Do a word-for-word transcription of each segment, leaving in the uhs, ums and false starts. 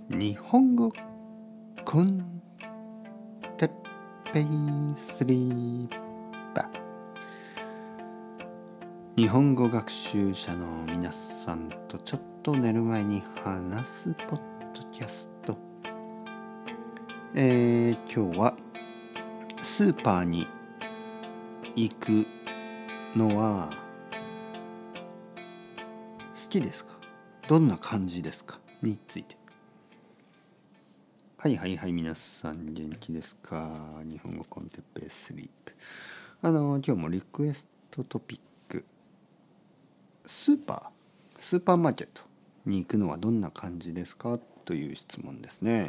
日本語コンテッペイスリーパ日本語学習者の皆さんとちょっと寝る前に話すポッドキャスト、えー、今日はスーパーに行くのは好きですか？どんな感じですかについて。はいはいはい、皆さん元気ですか？日本語コンテッペイスリープ。あの今日もリクエストトピック、スーパースーパーマーケットに行くのはどんな感じですかという質問ですね。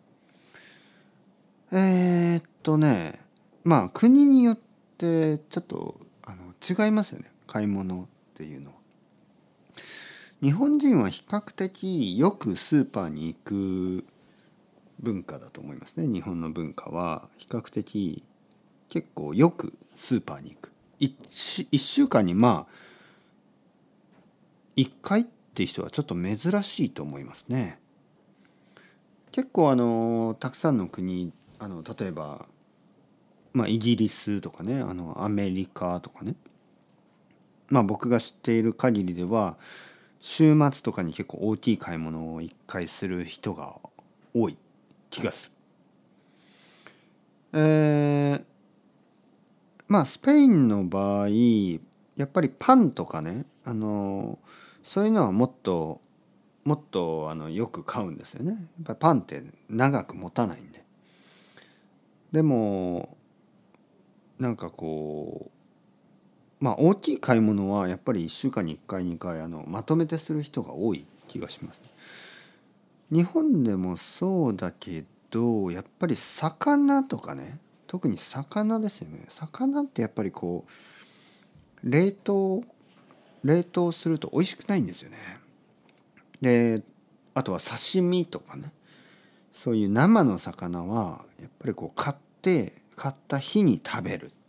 えー、っとねまあ国によってちょっとあの違いますよね、買い物っていうのは。日本人は比較的よくスーパーに行く文化だと思いますね。日本の文化は比較的結構よくスーパーに行く。一週間にまあいっかいっていう人はちょっと珍しいと思いますね。結構あのたくさんの国、あの例えばまあイギリスとかね、あのアメリカとかね、まあ僕が知っている限りでは週末とかに結構大きい買い物をいっかいする人が多い気がする。えー、まあスペインの場合やっぱりパンとかね、あのそういうのはもっともっとあのよく買うんですよね。やっぱりパンって長く持たないんで。でもなんかこうまあ大きい買い物はやっぱりいっしゅうかんにいっかいにかいあのまとめてする人が多い気がします。日本でもそうだけどやっぱり魚とかね、特に魚ですよね。魚ってやっぱりこう冷凍冷凍すると美味しくないんですよね。であとは刺身とかね、そういう生の魚はやっぱりこう買って買った日に食べる。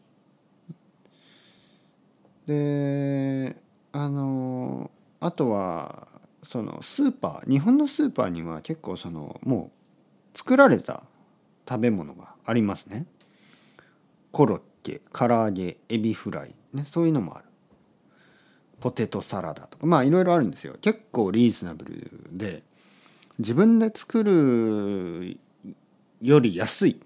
であのあとはそのスーパー日本のスーパーには結構そのもう作られた食べ物がありますね。コロッケ、唐揚げ、エビフライ、ね、そういうのもある。ポテトサラダとかまあいろいろあるんですよ。結構リーズナブルで自分で作るより安い。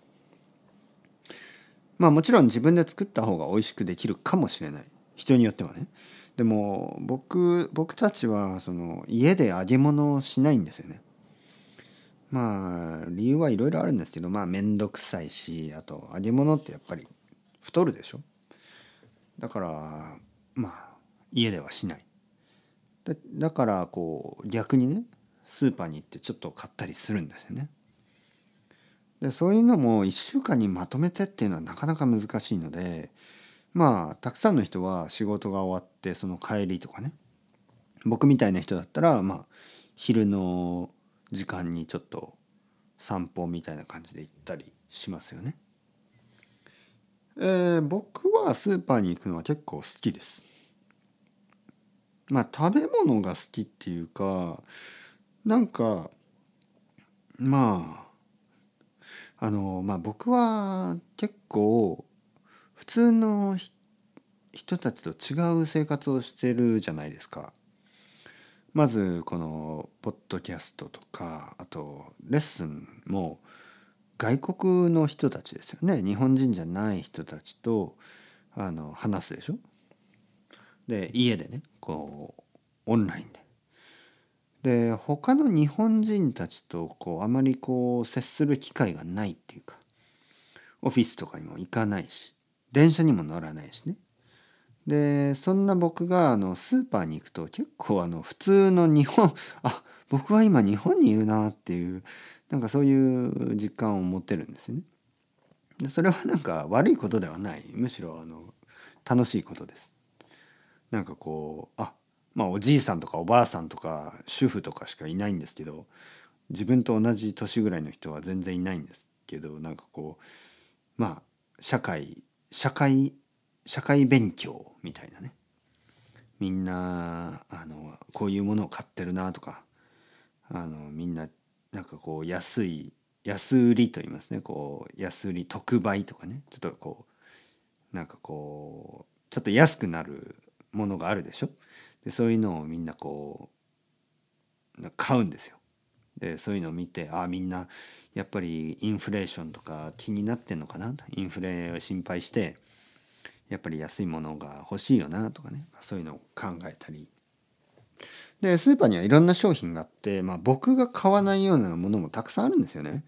まあもちろん自分で作った方が美味しくできるかもしれない、人によってはね。でも僕僕たちはその家で揚げ物をしないんですよね。まあ理由はいろいろあるんですけど、まあ面倒くさいし、あと揚げ物ってやっぱり太るでしょ。だからまあ家ではしない。だだからこう逆にねスーパーに行ってちょっと買ったりするんですよね。でそういうのもいっしゅうかんにまとめてっていうのはなかなか難しいので、まあたくさんの人は仕事が終わってその帰りとかね、僕みたいな人だったらまあ昼の時間にちょっと散歩みたいな感じで行ったりしますよね。えー、僕はスーパーに行くのは結構好きです。まあ食べ物が好きっていうか、なんかまああのまあ僕は結構普通の人たちと違う生活をしてるじゃないですか。まずこのポッドキャストとか、あとレッスンも外国の人たちですよね。日本人じゃない人たちとあの話すでしょ。で家でねこうオンラインで。で他の日本人たちとこうあまりこう接する機会がないっていうか、オフィスとかにも行かないし電車にも乗らないしね。でそんな僕があのスーパーに行くと結構あの普通の日本あ僕は今日本にいるなっていう、なんかそういう実感を持ってるんですよね。でそれはなんか悪いことではない、むしろあの楽しいことです。なんかこうあまあおじいさんとかおばあさんとか主婦とかしかいないんですけど、自分と同じ年ぐらいの人は全然いないんですけど、なんかこうまあ社会社会社会勉強みたいなね、みんなあのこういうものを買ってるなとか、あのみんななんかこう安い安売りと言いますね。こう安売り特売とかね、ちょっとこうなんかこうちょっと安くなるものがあるでしょ。でそういうのをみんなこう買うんですよ。でそういうのを見て、ああみんなやっぱりインフレーションとか気になってんのかなと、インフレを心配してやっぱり安いものが欲しいよなとかね、そういうのを考えたり。でスーパーにはいろんな商品があって、まあ、僕が買わないようなものもたくさんあるんですよね。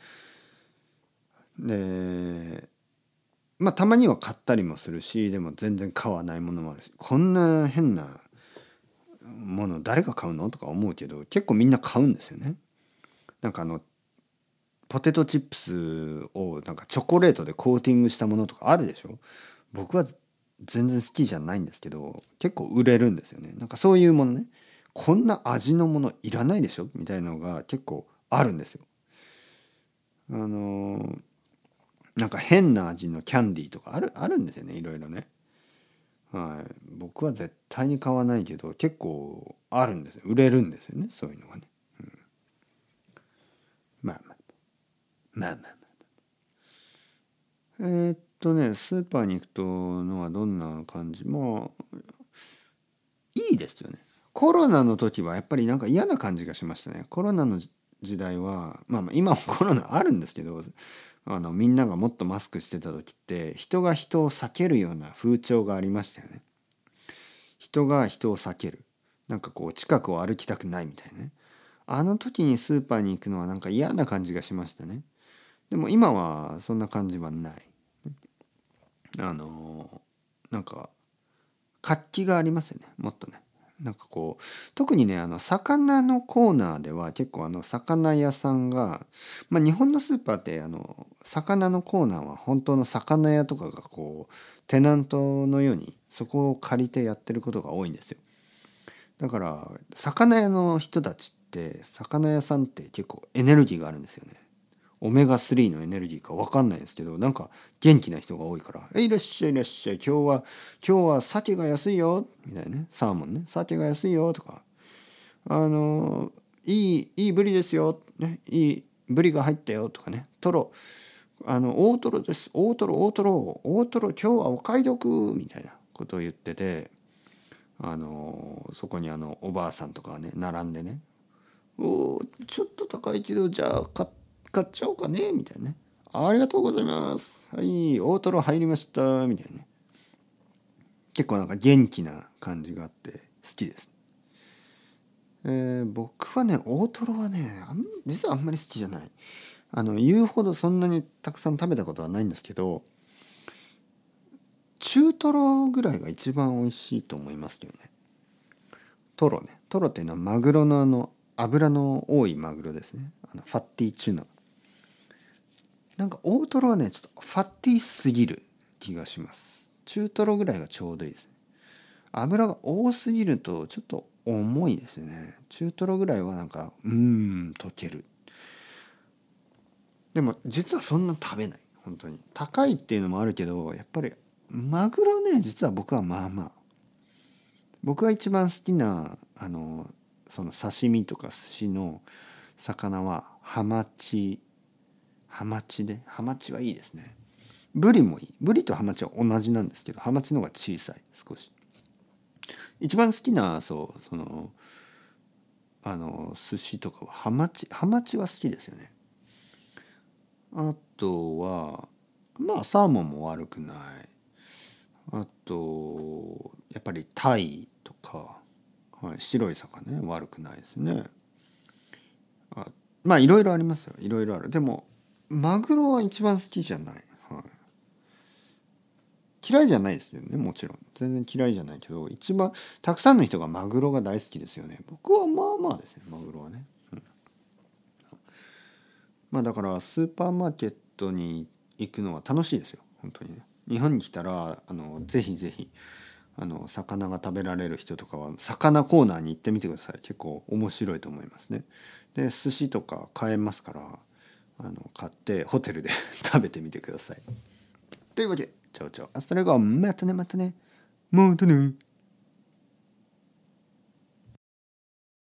でまあたまには買ったりもするし、でも全然買わないものもあるし、こんな変なもの誰が買うのとか思うけど、結構みんな買うんですよね。なんかあのポテトチップスをなんかチョコレートでコーティングしたものとかあるでしょ。僕は全然好きじゃないんですけど、結構売れるんですよね。なんかそういうものね、こんな味のものいらないでしょみたいなのが結構あるんですよ。あのーなんか変な味のキャンディーとかあるあるんですよね、いろいろね。はい、僕は絶対に買わないけど結構あるんですよ。売れるんですよね、そういうのがね。うん、まあまあまあまあまあ。えーっとね、スーパーに行くとのはどんな感じ？まあいいですよね。コロナの時はやっぱりなんか嫌な感じがしましたね。コロナの時代は、まあまあ今もコロナあるんですけど、あのみんながもっとマスクしてた時って人が人を避けるような風潮がありましたよね。人が人を避ける。なんかこう近くを歩きたくないみたいなね。あの時にスーパーに行くのはなんか嫌な感じがしましたね。でも今はそんな感じはない。あのなんか活気がありますよね、もっとね。なんかこう特にね、あの魚のコーナーでは結構あの魚屋さんが、まあ、日本のスーパーってあの魚のコーナーは本当の魚屋とかがこうテナントのようにそこを借りてやってることが多いんですよ。だから魚屋の人たちって魚屋さんって結構エネルギーがあるんですよね。オメガスリーのエネルギーか分かんないですけど、なんか元気な人が多いから「えいらっしゃいいらっしゃい、今日は今日は鮭が安いよ」みたいなね、サーモンね、鮭が安いよとか、あのいいいいブリですよ、ね、いいブリが入ったよとかね、トロ、あの大トロです、大トロ大トロ大トロ今日はお買い得みたいなことを言ってて、あのそこにあのおばあさんとかね並んでね、おちょっと高いけどじゃあ買買っちゃおうかねみたいなね。ありがとうございます。はい、大トロ入りましたみたいなね。結構なんか元気な感じがあって好きです。えー、僕はね、大トロはね、あん実はあんまり好きじゃない。あの言うほどそんなにたくさん食べたことはないんですけど、中トロぐらいが一番美味しいと思いますよね。トロね。トロっていうのはマグロのあの脂の多いマグロですね。あのファッティーチュナ。なんか大トロはね、ちょっとファッティすぎる気がします。中トロぐらいがちょうどいいですね。油が多すぎるとちょっと重いですね。中トロぐらいはなんかうーん溶ける。でも実はそんな食べない。本当に高いっていうのもあるけど、やっぱりマグロね、実は僕はまあまあ、僕が一番好きなあのその刺身とか寿司の魚はハマチ。ハマチで、ハマチはいいですね。ブリもいい。ブリとハマチは同じなんですけど、ハマチの方が小さい、少し。一番好きな、そう、その、あの、寿司とかはハマチ、ハマチは好きですよね。あとは、まあ、サーモンも悪くない。あと、やっぱりタイとか、はい、白い魚ね、悪くないですね。あ、まあ、いろいろありますよ。いろいろある。でも、マグロは一番好きじゃない。はい。嫌いじゃないですよね、もちろん全然嫌いじゃないけど、一番たくさんの人がマグロが大好きですよね。僕はまあまあですね、マグロはね、うん、まあだからスーパーマーケットに行くのは楽しいですよ、本当にね。日本に来たらあのぜひぜひあの魚が食べられる人とかは魚コーナーに行ってみてください。結構面白いと思いますね。で寿司とか買えますから、あの買ってホテルで食べてみてください。というわけで、チャオチャオアストレゴ、またねまたねまたね。